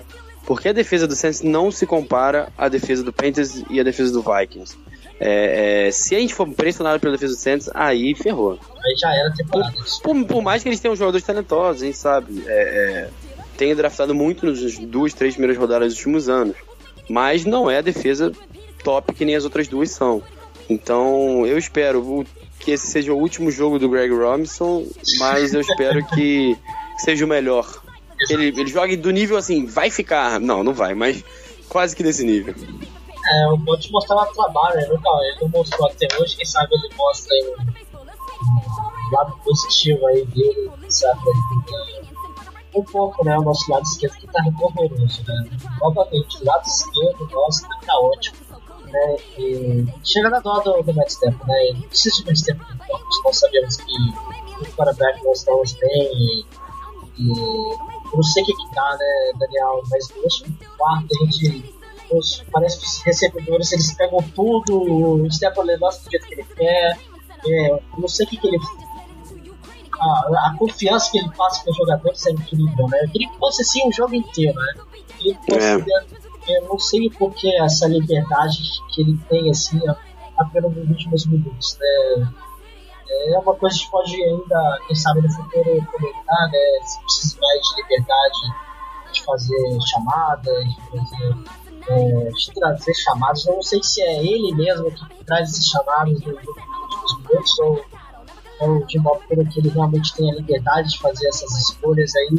Porque a defesa do Saints não se compara à defesa do Panthers e à defesa do Vikings. É, é, se a gente for pressionado pela defesa do Saints, aí ferrou. Aí já era temporada. Por, por, por mais que eles tenham jogadores talentosos, a gente sabe. É, é, tem draftado muito nas duas, três primeiras rodadas dos últimos anos. Mas não é a defesa top que nem as outras duas são. Então eu espero que esse seja o último jogo do Greg Robinson, mas eu espero que seja o melhor. Ele, ele jogue do nível assim, vai ficar. Não, não vai, mas quase que desse nível. É, eu vou te mostrar o trabalho, né? Ele não mostrou até hoje, quem sabe ele mostra aí um, um lado positivo aí dele, sabe? Um pouco, né? O nosso lado esquerdo que tá horroroso, né? Novamente, o lado esquerdo nosso tá caótico, né? E chega na dó do, do Matt Stafford, né? Ele precisa de Matt Stafford, nós sabemos que o quarterback nós estamos bem e, e eu não sei o que que dá, né, Daniel? Mas no último quarto a gente. Os, parece que os recebedores eles pegam tudo, o Stafford levanta do jeito que ele quer. É, eu não sei o que, que ele. A, a confiança que ele passa com os jogadores é incrível, né? Eu queria que fosse assim o jogo inteiro, né? Ele considera, é. Eu não sei por que essa liberdade que ele tem assim apenas nos últimos minutos, né? É uma coisa que a gente pode ainda, quem sabe no futuro, comentar, né? Se precisa mais de liberdade de fazer chamadas, de fazer. É, de trazer chamados. Eu não sei se é ele mesmo que traz esses chamados nos últimos minutos ou, ou de uma forma que ele realmente tem a liberdade de fazer essas escolhas aí.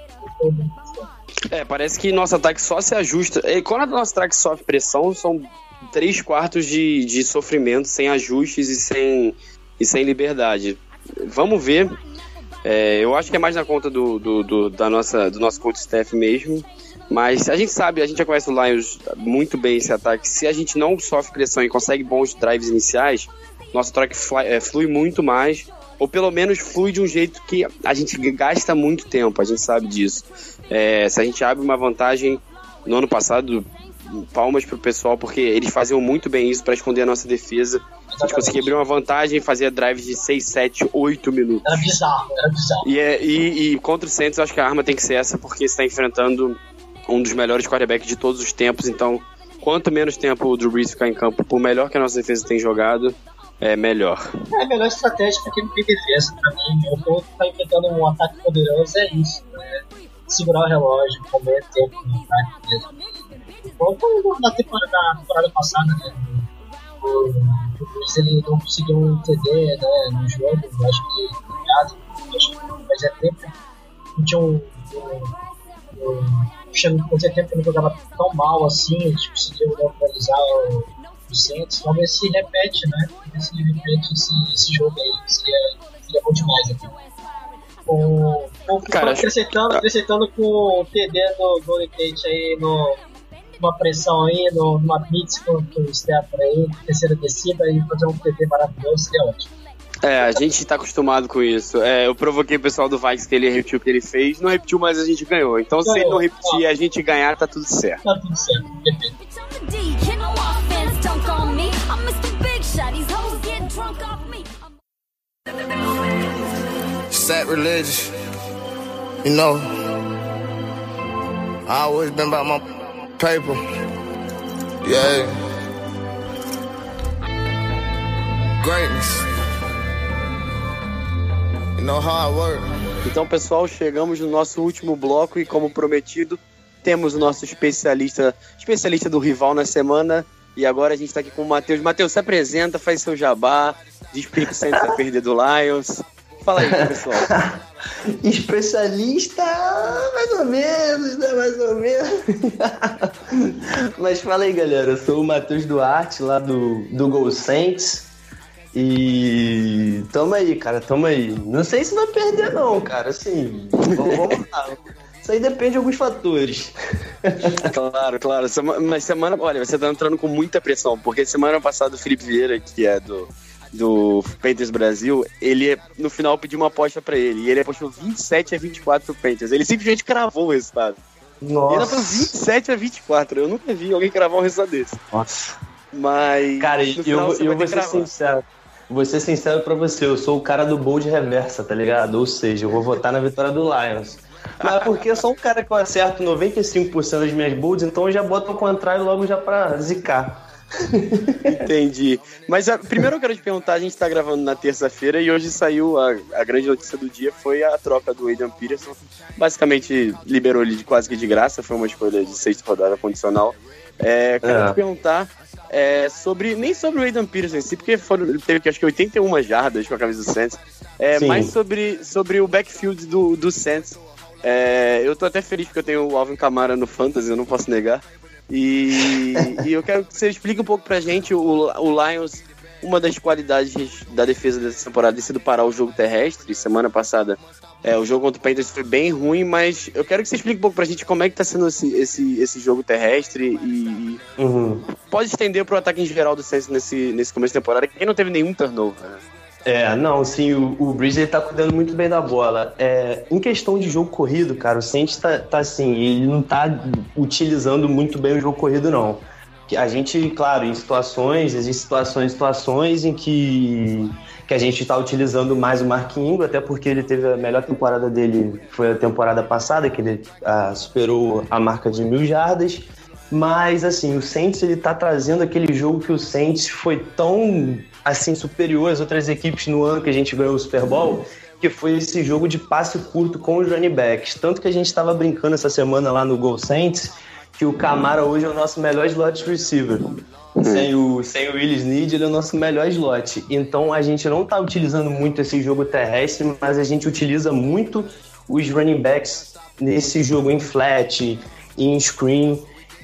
É, parece que nosso ataque só se ajusta. E quando o nosso ataque sofre pressão, são três quartos de, de sofrimento, sem ajustes e sem, e sem liberdade. Vamos ver. É, eu acho que é mais na conta do, do, do, da nossa, do nosso coach staff mesmo. Mas a gente sabe, a gente já conhece o Lions muito bem esse ataque. Se a gente não sofre pressão e consegue bons drives iniciais, nosso ataque flui, é, flui muito mais, ou pelo menos flui de um jeito que a gente gasta muito tempo, a gente sabe disso. É, se a gente abre uma vantagem no ano passado, palmas pro pessoal, porque eles faziam muito bem isso para esconder a nossa defesa. A gente conseguia abrir uma vantagem e fazia drives de seis, sete, oito minutos. Era bizarro, era bizarro. E, é, e, e contra o Saints, eu acho que a arma tem que ser essa, porque você está enfrentando um dos melhores quarterbacks de todos os tempos, então quanto menos tempo o Drew Brees ficar em campo, por melhor que a nossa defesa tem jogado, é melhor. É a melhor estratégia para quem não tem defesa, pra mim. O que está enfrentando um ataque poderoso é isso, né? Segurar o relógio, comer tempo no ataque mesmo. Igual na temporada, na temporada passada, né? O Brees ele não conseguiu um T D, né, no jogo, eu acho que obrigado, acho que fazia tempo não tinha um, um, um fazia tempo que não jogava tão mal assim, a gente conseguiu neutralizar o, o Saints. Vamos ver se repete, né? Vamos ver se repete esse, esse jogo aí, seria, seria bom demais aqui. Com, com, Cara, acrescentando, acho... acrescentando com o T D do Golden Tate aí no, numa pressão aí, no, numa blitz com, com o Stafford aí, terceira descida e fazer um T D maravilhoso, seria ótimo. É, a gente tá acostumado com isso. É, eu provoquei o pessoal do Vikes que ele repetiu o que ele fez, não repetiu, mas a gente ganhou. Então ganhou. Se ele não repetir e a gente ganhar, tá tudo certo. Tá tudo certo, perfeito. Sacrilegious, you know, I always been about my paper, yeah, greatness. Então, pessoal, chegamos no nosso último bloco e, como prometido, temos o nosso especialista especialista do rival na semana. E agora a gente está aqui com o Matheus. Matheus, se apresenta, faz seu jabá, diz por que você vai perder do Lions. Fala aí, pessoal. Especialista, mais ou menos, né? Mais ou menos. Mas fala aí, galera. Eu sou o Matheus Duarte, lá do, do Go Saints. E tamo aí, cara, tamo aí. Não sei se vai perder não, cara, assim, vamos, vamos lá. Isso aí depende de alguns fatores. Claro, claro, mas semana, olha, você tá entrando com muita pressão, porque semana passada o Felipe Vieira, que é do, do Panthers Brasil, ele no final pediu uma aposta pra ele, e ele apostou vinte e sete a vinte e quatro pro Panthers, ele simplesmente cravou o resultado. Nossa. E ele foi vinte e sete a vinte e quatro, eu nunca vi alguém cravar um resultado desse. Nossa. Mas... Cara, eu, eu vou ser sincero. Vou ser sincero pra você, eu sou o cara do bold reversa, tá ligado? Ou seja, eu vou votar na vitória do Lions. Mas porque eu sou um cara que eu acerto noventa e cinco por cento das minhas builds, então eu já boto o contrário logo já pra zicar. Entendi. Mas a, primeiro eu quero te perguntar, a gente tá gravando na terça-feira e hoje saiu a, a grande notícia do dia, foi a troca do Adrian Peterson. Basicamente liberou ele de, quase que de graça, foi uma escolha de sexta rodada condicional. É, quero é. te perguntar é, sobre, nem sobre o Adrian Peterson em si, porque foram, ele teve acho que oitenta e uma jardas com a camisa do Saints, é, mas sobre, sobre o backfield do, do Saints. É, eu tô até feliz porque eu tenho o Alvin Kamara no Fantasy, eu não posso negar. E, e eu quero que você explique um pouco pra gente o, o Lions, uma das qualidades da defesa dessa temporada tem sido parar o jogo terrestre. Semana passada é, o jogo contra o Panthers foi bem ruim, mas eu quero que você explique um pouco pra gente como é que tá sendo esse, esse, esse jogo terrestre e uhum. pode estender pro ataque em geral do Saints nesse, nesse começo de temporada, que não teve nenhum turnover, né? É, não, sim, o, o Breeze ele tá cuidando muito bem da bola. É, em questão de jogo corrido, cara, o Saints tá, tá assim, ele não tá utilizando muito bem o jogo corrido, não. A gente, claro, em situações, existem situações, situações em que, que a gente tá utilizando mais o Mark Ingram, até porque ele teve a melhor temporada dele, foi a temporada passada, que ele ah, superou a marca de mil jardas. Mas, assim, o Saints, ele tá trazendo aquele jogo que o Saints foi tão, assim, superior às outras equipes no ano que a gente ganhou o Super Bowl, que foi esse jogo de passe curto com os running backs. Tanto que a gente tava brincando essa semana lá no Go Saints, que o Kamara hoje é o nosso melhor slot receiver. Sem o, sem o Willis Snead, ele é o nosso melhor slot. Então, a gente não tá utilizando muito esse jogo terrestre, mas a gente utiliza muito os running backs nesse jogo em flat, em screen.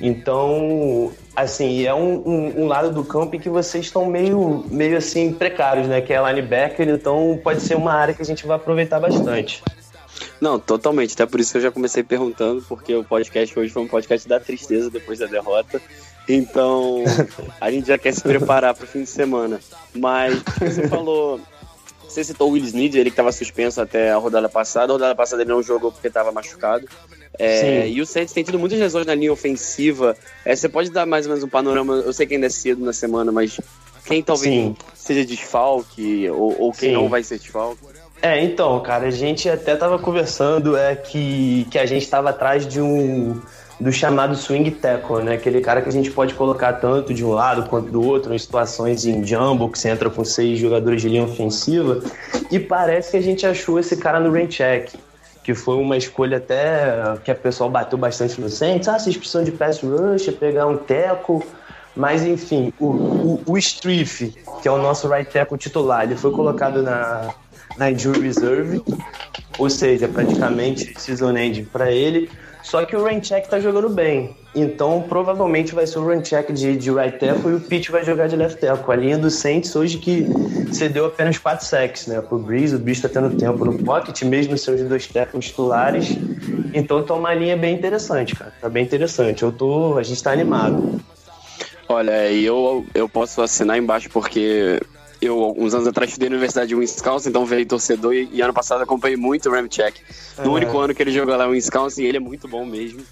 Então, assim, é um, um, um lado do campo em que vocês estão meio, meio assim, precários, né? Que é linebacker, então pode ser uma área que a gente vai aproveitar bastante. Não, totalmente. Até por isso que eu já comecei perguntando, porque o podcast hoje foi um podcast da tristeza depois da derrota. Então, a gente já quer se preparar para o fim de semana. Mas, você falou... Você citou o Willis Snead, ele que estava suspenso até a rodada passada. A rodada passada ele não jogou porque estava machucado. É, e o Saints tem tido muitas lesões na linha ofensiva. É, você pode dar mais ou menos um panorama? Eu sei que ainda é cedo na semana, mas quem talvez Sim. seja desfalque ou, ou quem Sim. não vai ser desfalque? É, então, cara, a gente até estava conversando é, que, que a gente estava atrás de um... do chamado swing tackle, né? Aquele cara que a gente pode colocar tanto de um lado quanto do outro, em situações em jumbo, que você entra com seis jogadores de linha ofensiva, e parece que a gente achou esse cara no rain check, que foi uma escolha até que a pessoa bateu bastante no Saints. Ah, vocês precisam de pass rush, pegar um tackle, mas enfim, o, o, o Striff, que é o nosso right tackle titular, ele foi colocado na, na injury reserve, ou seja, praticamente season end para ele. Só que o rain check tá jogando bem. Então, provavelmente vai ser o rain check de, de right tackle e o Pitt vai jogar de left tackle. A linha do Saints hoje que cedeu apenas quatro sacks, né? Pro Breeze, o Breeze tá tendo tempo no pocket, mesmo sem os dois tackles titulares. Então, tá uma linha bem interessante, cara. Tá bem interessante. Eu tô... A gente tá animado. Olha, eu, eu posso assinar embaixo porque... Eu, uns anos atrás, estudei na Universidade de Wisconsin, então veio torcedor e, e ano passado acompanhei muito o Ramczyk. No uhum. único ano que ele jogou lá em Wisconsin, ele é muito bom mesmo.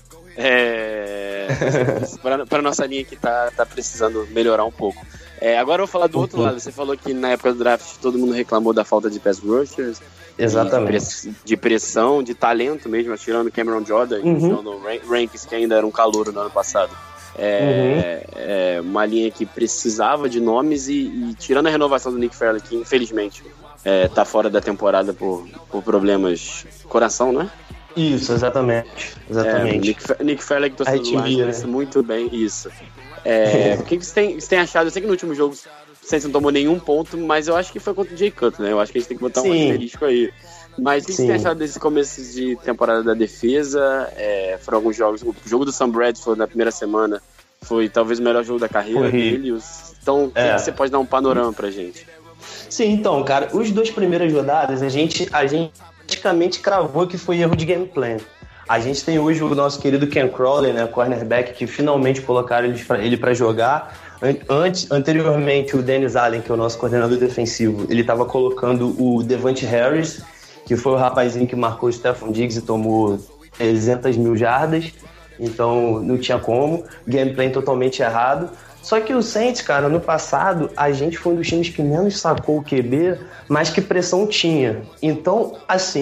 É... para nossa linha que tá, tá precisando melhorar um pouco. É, agora eu vou falar do outro uhum. lado. Você falou que na época do draft todo mundo reclamou da falta de pass rushers. Exatamente. De, de pressão, de talento mesmo, tirando Cameron Jordan, uhum. tirando Rankins, que ainda era um calouro no ano passado. É, uhum. é uma linha que precisava de nomes e, e tirando a renovação do Nick Fairley, que infelizmente é, tá fora da temporada por, por problemas coração, né? Isso, exatamente. exatamente. É, Nick, Nick Fairley que torceu do Lions, né? Muito bem, isso. É, o que você tem, você tem achado? Eu sei que no último jogo você não tomou nenhum ponto, mas eu acho que foi contra o Jay Cutler, né? Eu acho que a gente tem que botar Sim. um asterisco aí. Mas o que você tem achado desse começo de temporada da defesa? É, foram alguns jogos. O jogo do Sam Bradford na primeira semana foi talvez o melhor jogo da carreira foi. dele. Então, o é. que você pode dar um panorama pra gente? Sim, então, cara, os dois primeiras rodadas a gente, a gente praticamente cravou que foi erro de game plan. A gente tem hoje o nosso querido Ken Crawley, né, cornerback, que finalmente colocaram ele pra, ele pra jogar. Antes, anteriormente, o Dennis Allen, que é o nosso coordenador defensivo, ele estava colocando o Devante Harris, que foi o rapazinho que marcou o Stephon Diggs e tomou trezentas mil jardas, então não tinha como, gameplay totalmente errado. Só que o Saints, cara, no passado, a gente foi um dos times que menos sacou o Q B, mas que pressão tinha. Então, assim,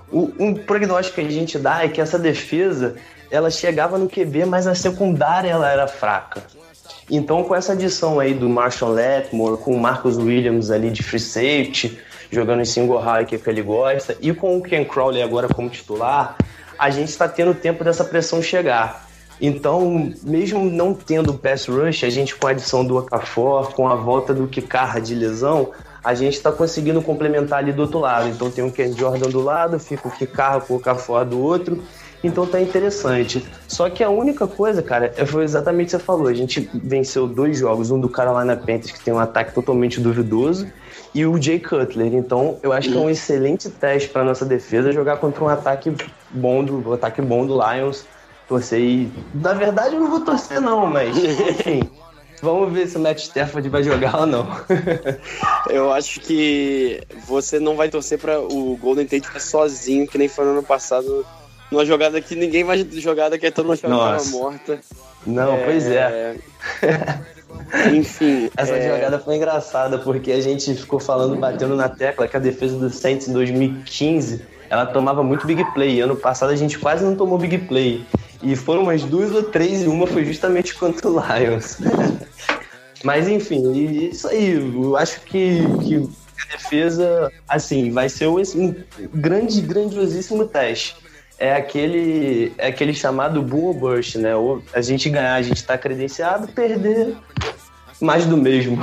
O, um prognóstico que a gente dá é que essa defesa, ela chegava no Q B, mas a secundária ela era fraca. Então, com essa adição aí do Marshall Lattimore, com o Marcus Williams ali de free safety, jogando em single high, que é que ele gosta, e com o Ken Crawley agora como titular, a gente está tendo tempo dessa pressão chegar. Então, mesmo não tendo o pass rush, a gente com a adição do Okafor, com a volta do Kikar de lesão, a gente está conseguindo complementar ali do outro lado. Então tem o Ken Jordan do lado, fica o Kikar com o Okafor do outro. Então tá interessante. Só que a única coisa, cara, foi exatamente o que você falou. A gente venceu dois jogos, um do Carolina Panthers, que tem um ataque totalmente duvidoso, e o Jay Cutler. Então eu acho que é um excelente teste para nossa defesa jogar contra um ataque bom do, um ataque bom do Lions. Torcer e... Na verdade eu não vou torcer não, mas enfim, vamos ver se o Matt Stafford vai jogar ou não. Eu acho que você não vai torcer para o Golden Tate ficar sozinho, que nem foi no ano passado, numa jogada que ninguém vai jogar, que é todo mundo achava morta. Não, é... pois é. Enfim. Essa é... jogada foi engraçada, porque a gente ficou falando, batendo na tecla, que a defesa do Saints em dois mil e quinze, ela tomava muito big play. Ano passado a gente quase não tomou big play. E foram umas duas ou três, e uma foi justamente contra o Lions. Mas enfim, isso aí. Eu acho que, que a defesa, assim, vai ser um, um grande, grandiosíssimo teste. É aquele, é aquele chamado boom or bust, né? Ou a gente ganhar, a gente tá credenciado, perder, mais do mesmo.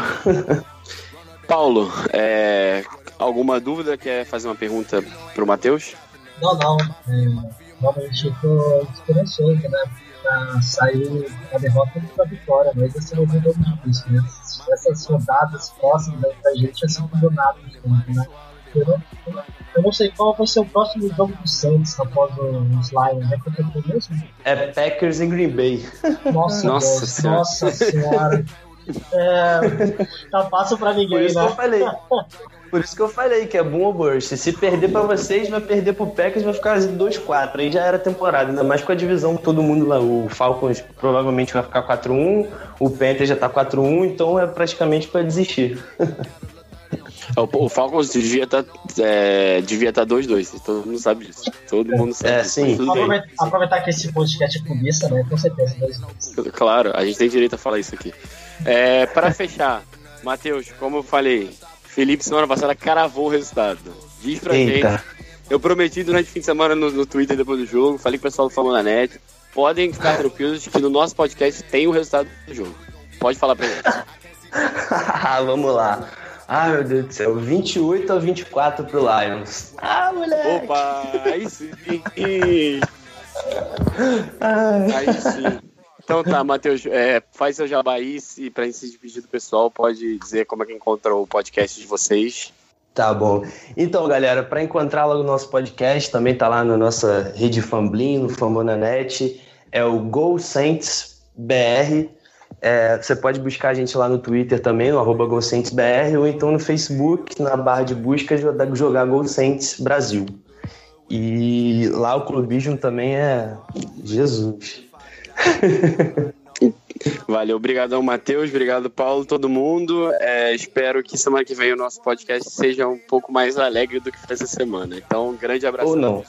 Paulo, é, alguma dúvida? Quer fazer uma pergunta pro Matheus? Não, não. É... Realmente eu tô esperançoso, né? Pra sair a derrota pra vitória, mas vai ser um jogo difícil, né? Essas rodadas próximas aí pra gente é sempre do nada, né? Eu não, eu não sei qual vai ser o próximo jogo do Saints após os Lions, né? Quanto tempo mesmo? É Packers e Green Bay. Nossa, nossa Deus, senhora. Nossa senhora. É, tá fácil pra ninguém, Por isso né? que eu falei. Por isso que eu falei que é boom ou burst. Se perder pra vocês, vai perder pro Packers, vai ficar dois a quatro. Aí já era temporada, ainda mais com a divisão que todo mundo lá. O Falcons provavelmente vai ficar quatro a um, o Panthers já tá quatro a um, então é praticamente pra desistir. O, o Falcons devia estar tá, é, devia tá dois a dois, todo mundo sabe disso. Todo mundo sabe é, disso. Sim. Aproveitar, aproveitar que esse podcast é publista, né? Com certeza. dois a dois. Claro, a gente tem direito a falar isso aqui. É, para fechar, Matheus, como eu falei, Felipe semana passada cravou o resultado. Diz pra Eita. gente. Eu prometi durante o fim de semana no, no Twitter depois do jogo, falei com o pessoal do Fama na Net. Podem ficar tranquilos que no nosso podcast tem o resultado do jogo. Pode falar pra gente. Vamos lá. Ai, meu Deus do céu. vinte e oito a vinte e quatro pro Lions. Ah, moleque. Opa, aí sim. Aí sim. Então tá, Matheus, é, faz seu jabá aí e pra gente se despedir do pessoal, pode dizer como é que encontra o podcast de vocês. Tá bom. Então, galera, para encontrar logo o nosso podcast, também tá lá na nossa rede Famblin, no Fambonanet, é o Go Saints B R. É, você pode buscar a gente lá no Twitter também, no arroba Go Saints B R, ou então no Facebook, na barra de busca, jogar Go Saints Brasil. E lá o clubismo também é Jesus. Valeu, obrigadão, Matheus, obrigado, Paulo, todo mundo. É, espero que semana que vem o nosso podcast seja um pouco mais alegre do que foi essa semana. Então, um grande abraço. Ou não.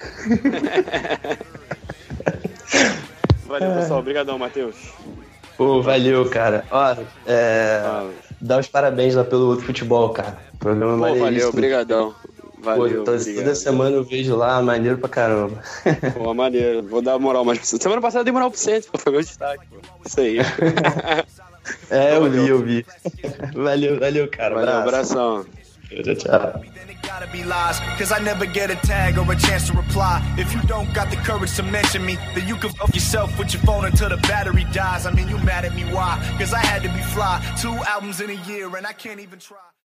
Valeu, pessoal, obrigadão, Matheus. Pô, valeu, cara. Ó, é, dá os parabéns lá pelo outro futebol, cara. Programa Pô, valeu, obrigadão. Valeu, Pô, toda semana eu vejo lá, maneiro pra caramba. Pô, maneiro. Vou dar moral mais pra você. Semana passada eu dei moral pro Centro, pô, foi meu destaque, pô. Isso aí. É, eu vi, eu vi. Valeu, valeu, cara. Valeu, abração. Tchau, tchau. Gotta be lies, cause I never get a tag or a chance to reply. If you don't got the courage to mention me, then you can fuck yourself with your phone until the battery dies. I mean, you mad at me, why? Cause I had to be fly. Two albums in a year and I can't even try.